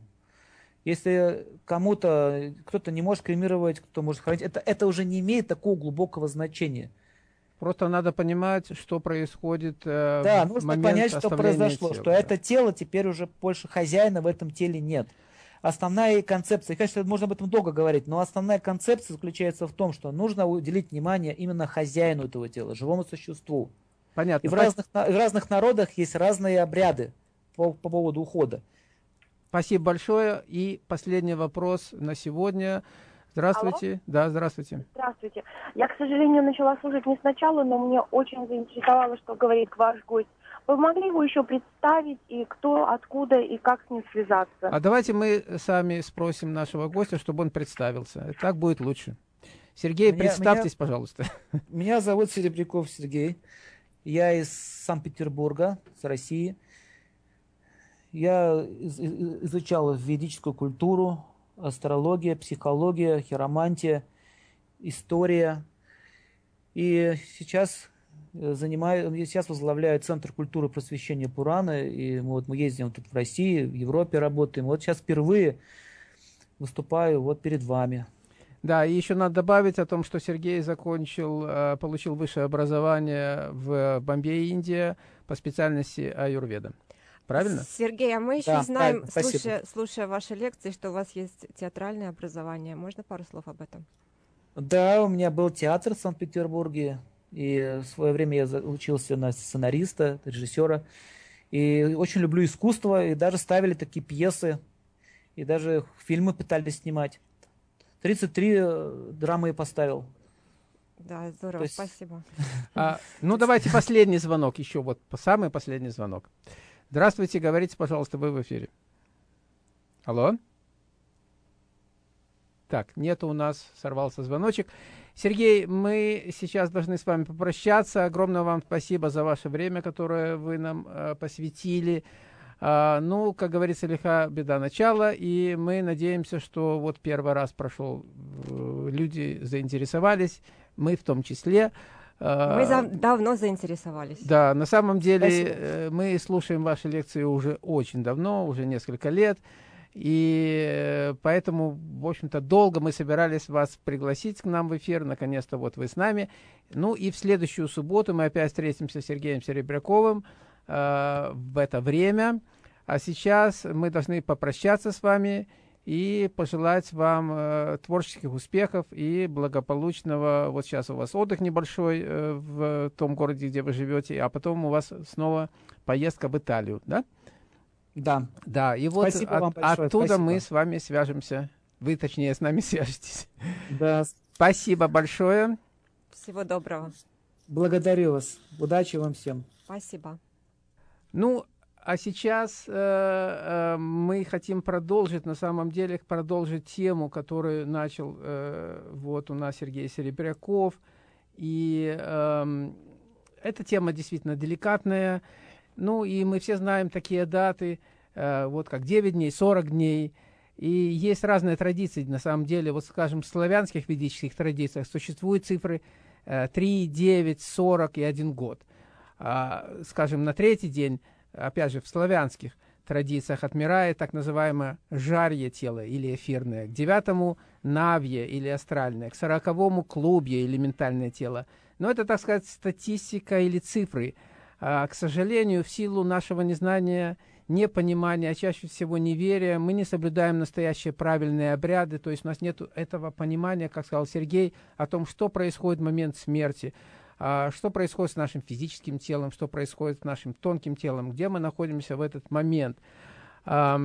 Если кому-то, кто-то не может кремировать, кто может хоронить, это, это уже не имеет такого глубокого значения. Просто надо понимать, что происходит э, Да, в нужно момент понять, что оставления произошло, тела, что да. это тело теперь уже больше хозяина в этом теле нет. Основная концепция, конечно, можно об этом долго говорить, но основная концепция заключается в том, что нужно уделить внимание именно хозяину этого тела, живому существу. Понятно. И в Спа- разных, на- в разных народах есть разные обряды по, по поводу ухода. Спасибо большое. И последний вопрос на сегодня. Здравствуйте. Да, здравствуйте. Здравствуйте. Я, к сожалению, начала слушать не сначала, но мне очень заинтересовало, что говорит ваш гость. Вы могли его еще представить, и кто, откуда, и как с ним связаться? А давайте мы сами спросим нашего гостя, чтобы он представился. Так будет лучше. Сергей, Меня- представьтесь, меня- пожалуйста. Меня зовут Серебряков Сергей. Я из Санкт-Петербурга, с России. Я изучал ведическую культуру, астрология, психология, хиромантия, история. И сейчас занимаю, сейчас возглавляю Центр культуры просвещения Пурана. И мы, вот, мы ездим тут в России, в Европе работаем. Вот сейчас впервые выступаю вот перед вами. Да, и еще надо добавить о том, что Сергей закончил, получил высшее образование в Бомбее, Индия, по специальности аюрведа. Правильно? Сергей, а мы еще Да, знаем, правильно, слушая, слушая ваши лекции, что у вас есть театральное образование. Можно пару слов об этом? Да, у меня был театр в Санкт-Петербурге, и в свое время я учился на сценариста, режиссера, и очень люблю искусство, и даже ставили такие пьесы, и даже фильмы пытались снимать. тридцать три драмы я поставил. Да, здорово, есть... спасибо. А, ну, давайте последний звонок, еще вот самый последний звонок. Здравствуйте, говорите, пожалуйста, вы в эфире. Алло? Так, нету у нас, сорвался звоночек. Сергей, мы сейчас должны с вами попрощаться. Огромное вам спасибо за ваше время, которое вы нам э, посвятили. А, ну, как говорится, лиха беда начала, и мы надеемся, что вот первый раз прошел, э, люди заинтересовались, мы в том числе. Мы за, давно заинтересовались. Да, на самом деле э, мы слушаем ваши лекции уже очень давно, уже несколько лет, и э, поэтому, в общем-то, долго мы собирались вас пригласить к нам в эфир, наконец-то вот вы с нами. Ну и в следующую субботу мы опять встретимся с Сергеем Серебряковым э, в это время, а сейчас мы должны попрощаться с вами и пожелать вам э, творческих успехов и благополучного. Вот сейчас у вас отдых небольшой э, в том городе, где вы живете, а потом у вас снова поездка в Италию, да? Да. Да, и вот спасибо от, вам большое, оттуда спасибо. мы с вами свяжемся. Вы, точнее, с нами свяжетесь. Да. Спасибо большое. Всего доброго. Благодарю вас. Удачи вам всем. Спасибо. Ну, а сейчас э, э, мы хотим продолжить, на самом деле, продолжить тему, которую начал э, вот у нас Сергей Серебряков. И э, эта тема действительно деликатная. Ну, и мы все знаем такие даты, э, вот как девять дней, сорок дней. И есть разные традиции, на самом деле. Вот, скажем, в славянских ведических традициях существуют цифры э, три, девять, сорок и один год. А, скажем, на третий день, опять же, в славянских традициях отмирает так называемое жарье тело или эфирное, к девятому навье или астральное, к сороковому клубье или ментальное тело. Но это, так сказать, статистика или цифры. А, к сожалению, в силу нашего незнания, непонимания, а чаще всего неверия, мы не соблюдаем настоящие правильные обряды, то есть у нас нет этого понимания, как сказал Сергей, о том, что происходит в момент смерти, а, что происходит с нашим физическим телом, что происходит с нашим тонким телом, где мы находимся в этот момент. А,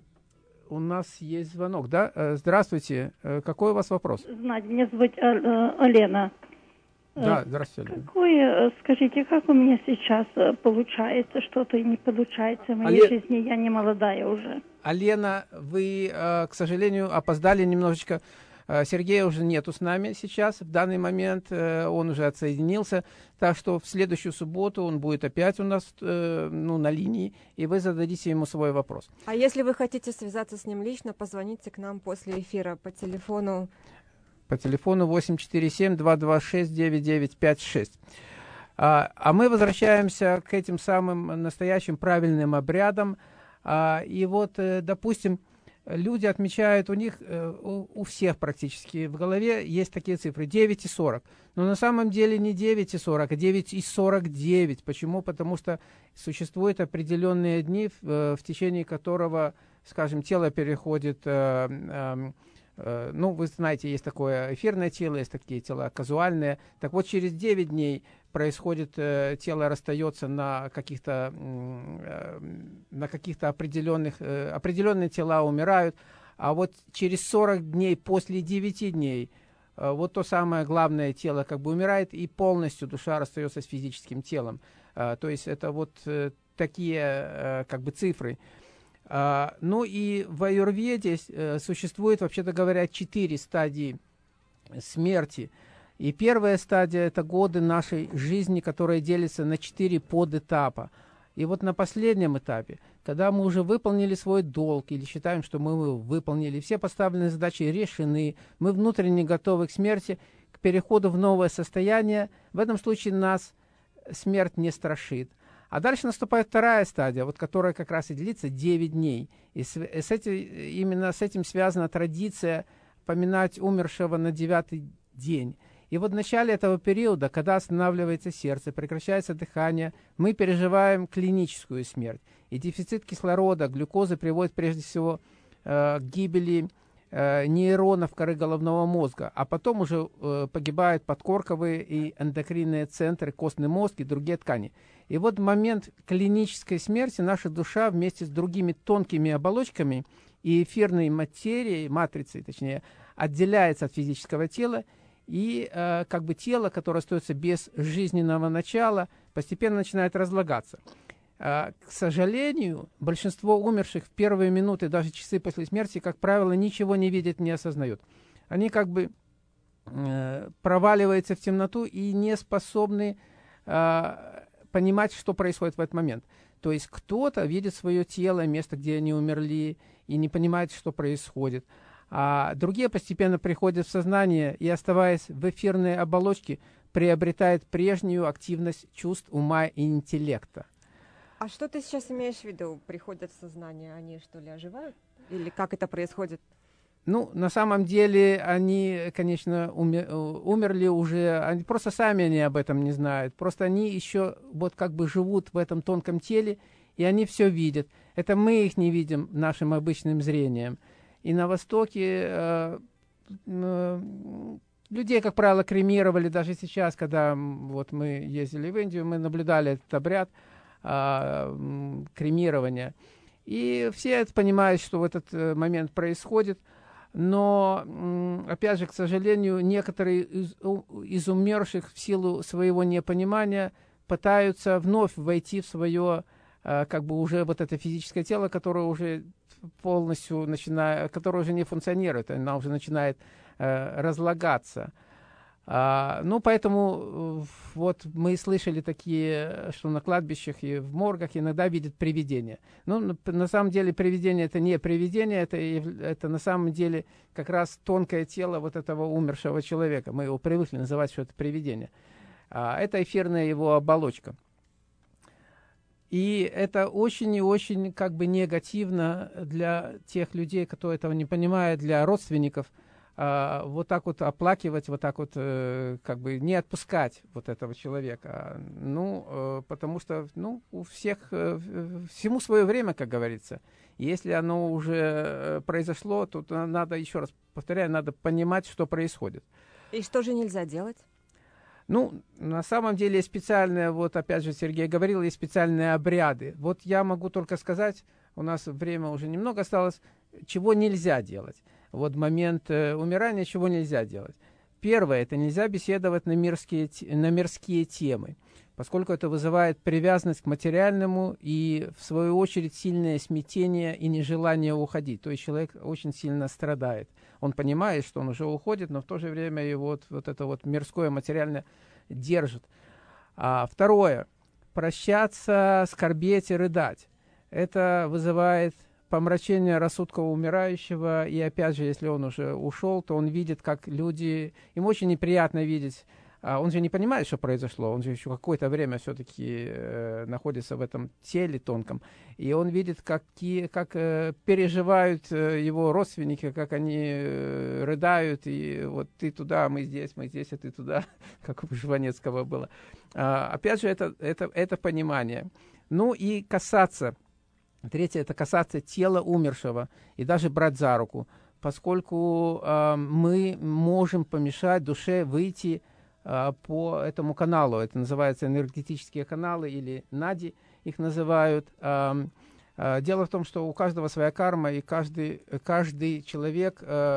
у нас есть звонок, да? Здравствуйте. Какой у вас вопрос? Знаете, меня зовут Алена. Да, здравствуйте. Какое, скажите, как у меня сейчас получается, что-то не получается в моей Але... жизни, я не молодая уже. Алена, вы, к сожалению, опоздали немножечко. Сергея уже нету с нами сейчас, в данный момент он уже отсоединился, так что в следующую субботу он будет опять у нас ну, на линии, и вы зададите ему свой вопрос. А если вы хотите связаться с ним лично, позвоните к нам после эфира по телефону. По телефону восемь четыре семь два два шесть девять девять пять шесть. А, а мы возвращаемся к этим самым настоящим правильным обрядам. А, и вот, допустим, люди отмечают, у них, у, у всех практически в голове есть такие цифры девять и сорок. Но на самом деле не девять и сорок, а девять и сорок девять. Почему? Потому что существуют определенные дни, в, в течение которого, скажем, тело переходит... Э, э, ну, вы знаете, есть такое эфирное тело, есть такие тела казуальные. Так вот, через девять дней происходит, э, тело расстается на каких-то э, на каких-то определенных, э, определенные тела умирают, а вот через сорок дней, после девяти дней, э, вот то самое главное тело как бы умирает, и полностью душа расстается с физическим телом. Э, то есть это вот э, такие э, как бы цифры. Uh, ну и в аюрведе uh, существует, вообще-то говоря, четыре стадии смерти. И первая стадия – это годы нашей жизни, которые делятся на четыре подэтапа. И вот на последнем этапе, когда мы уже выполнили свой долг или считаем, что мы его выполнили, все поставленные задачи решены, мы внутренне готовы к смерти, к переходу в новое состояние, в этом случае нас смерть не страшит. А дальше наступает вторая стадия, вот, которая как раз и длится девять дней. И с, с эти, именно с этим связана традиция поминать умершего на девятый день. И вот в начале этого периода, когда останавливается сердце, прекращается дыхание, мы переживаем клиническую смерть. И дефицит кислорода, глюкозы приводит прежде всего э, к гибели э, нейронов коры головного мозга, а потом уже э, погибают подкорковые и эндокринные центры, костный мозг и другие ткани. И вот в момент клинической смерти наша душа вместе с другими тонкими оболочками и эфирной материей, матрицей точнее, отделяется от физического тела, и э, как бы тело, которое остается без жизненного начала, постепенно начинает разлагаться. Э, к сожалению, большинство умерших в первые минуты, даже часы после смерти, как правило, ничего не видят, не осознают. Они как бы э, проваливаются в темноту и не способны э, понимать, что происходит в этот момент. То есть кто-то видит свое тело, место, где они умерли, и не понимает, что происходит. А другие постепенно приходят в сознание и, оставаясь в эфирной оболочке, приобретают прежнюю активность чувств, ума и интеллекта. А что ты сейчас имеешь в виду? Приходят в сознание, они что ли оживают? Или как это происходит? Ну, на самом деле, они, конечно, умер, умерли уже, они просто сами они об этом не знают. Просто они еще вот как бы живут в этом тонком теле, и они все видят. Это мы их не видим нашим обычным зрением. И на Востоке э, э, людей, как правило, кремировали. Даже сейчас, когда вот мы ездили в Индию, мы наблюдали этот обряд э, кремирования. И все это понимают, что в этот э, момент происходит. Но, э, опять же, к сожалению, некоторые из, из умерших в силу своего непонимания пытаются вновь войти в свое, э, как бы уже вот это физическое тело, которое уже полностью начинает, которая уже не функционирует, она уже начинает э, разлагаться. А, ну, поэтому э, вот мы слышали такие, что на кладбищах и в моргах иногда видят привидения. Ну, на, на самом деле привидение это не привидение, это, это на самом деле как раз тонкое тело вот этого умершего человека. Мы его привыкли называть, что это привидение. А, это эфирная его оболочка. И это очень и очень как бы негативно для тех людей, кто этого не понимает, для родственников, э, вот так вот оплакивать, вот так вот э, как бы не отпускать вот этого человека. Ну, э, потому что, ну, у всех, э, всему свое время, как говорится. Если оно уже произошло, то надо, еще раз повторяю, надо понимать, что происходит. И что же нельзя делать? Ну, на самом деле специальные, вот опять же Сергей говорил, есть специальные обряды. Вот я могу только сказать, у нас время уже немного осталось, чего нельзя делать. Вот в момент э, умирания чего нельзя делать. Первое, это нельзя беседовать на мирские, на мирские темы, поскольку это вызывает привязанность к материальному и, в свою очередь, сильное смятение и нежелание уходить. То есть человек очень сильно страдает. Он понимает, что он уже уходит, но в то же время его вот, вот это вот мирское, материальное держит. А, второе. Прощаться, скорбеть и рыдать. Это вызывает помрачение рассудка умирающего. И опять же, если он уже ушел, то он видит, как люди... Им очень неприятно видеть... Он же не понимает, что произошло, он же еще какое-то время все-таки э, находится в этом теле тонком, и он видит, какие, как э, переживают э, его родственники, как они э, рыдают, и вот ты туда, мы здесь, мы здесь, а ты туда, как у Жванецкого было. А, опять же, это, это, это понимание. Ну и касаться, третье, это касаться тела умершего, и даже брать за руку, поскольку э, мы можем помешать душе выйти по этому каналу. Это называется энергетические каналы или нади их называют. Дело в том, что у каждого своя карма, и каждый, каждый человек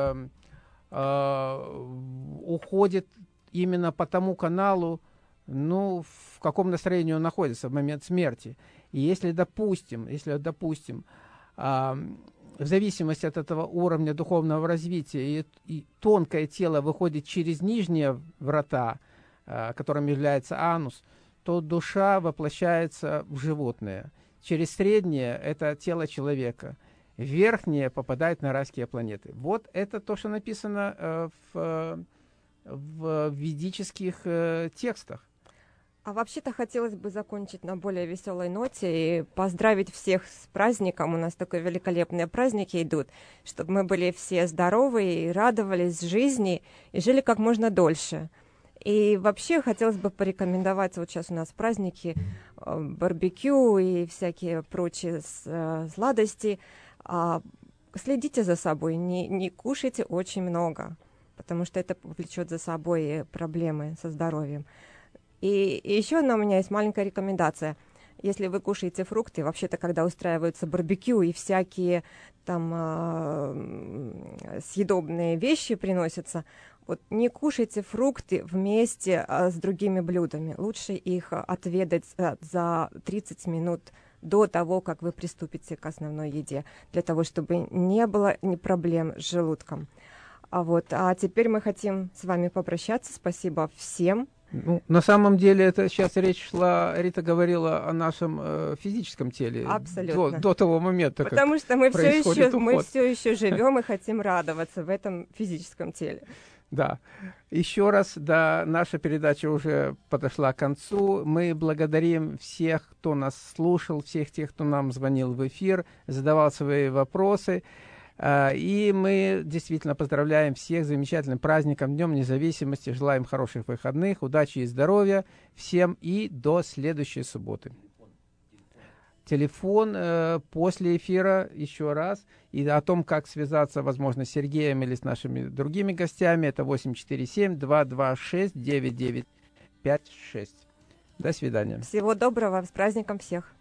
уходит именно по тому каналу, ну, в каком настроении он находится в момент смерти. И если, допустим, если, допустим, в зависимости от этого уровня духовного развития, и, и тонкое тело выходит через нижние врата, э, которым является анус, то душа воплощается в животное. через среднее – это тело человека, верхнее попадает на райские планеты. Вот это то, что написано э, в, в ведических э, текстах. А вообще-то хотелось бы закончить на более веселой ноте и поздравить всех с праздником. У нас такие великолепные праздники идут, чтобы мы были все здоровы и радовались жизни и жили как можно дольше. И вообще хотелось бы порекомендовать, вот сейчас у нас праздники, э, барбекю и всякие прочие с, э, сладости. А, следите за собой, не, не кушайте очень много, потому что это повлечет за собой проблемы со здоровьем. И, и еще одна у меня есть маленькая рекомендация. Если вы кушаете фрукты, вообще-то, когда устраиваются барбекю и всякие там э, съедобные вещи приносятся, вот не кушайте фрукты вместе э, с другими блюдами. Лучше их отведать э, за тридцать минут до того, как вы приступите к основной еде, для того, чтобы не было ни проблем с желудком. А, вот, а теперь мы хотим с вами попрощаться. Спасибо всем. Ну, на самом деле, это сейчас речь шла, Рита говорила о нашем э, физическом теле. Абсолютно. До, до того момента, Потому как что мы все, еще, уход. мы все еще живем и хотим радоваться в этом физическом теле. Да. Еще раз, да, наша передача уже подошла к концу. Мы благодарим всех, кто нас слушал, всех тех, кто нам звонил в эфир, задавал свои вопросы. И мы действительно поздравляем всех с замечательным праздником, Днем Независимости. Желаем хороших выходных, удачи и здоровья всем и до следующей субботы. Телефон э, после эфира еще раз. И о том, как связаться, возможно, с Сергеем или с нашими другими гостями, это восемь четыре семь два два шесть девять девять пять шесть. До свидания. Всего доброго, с праздником всех.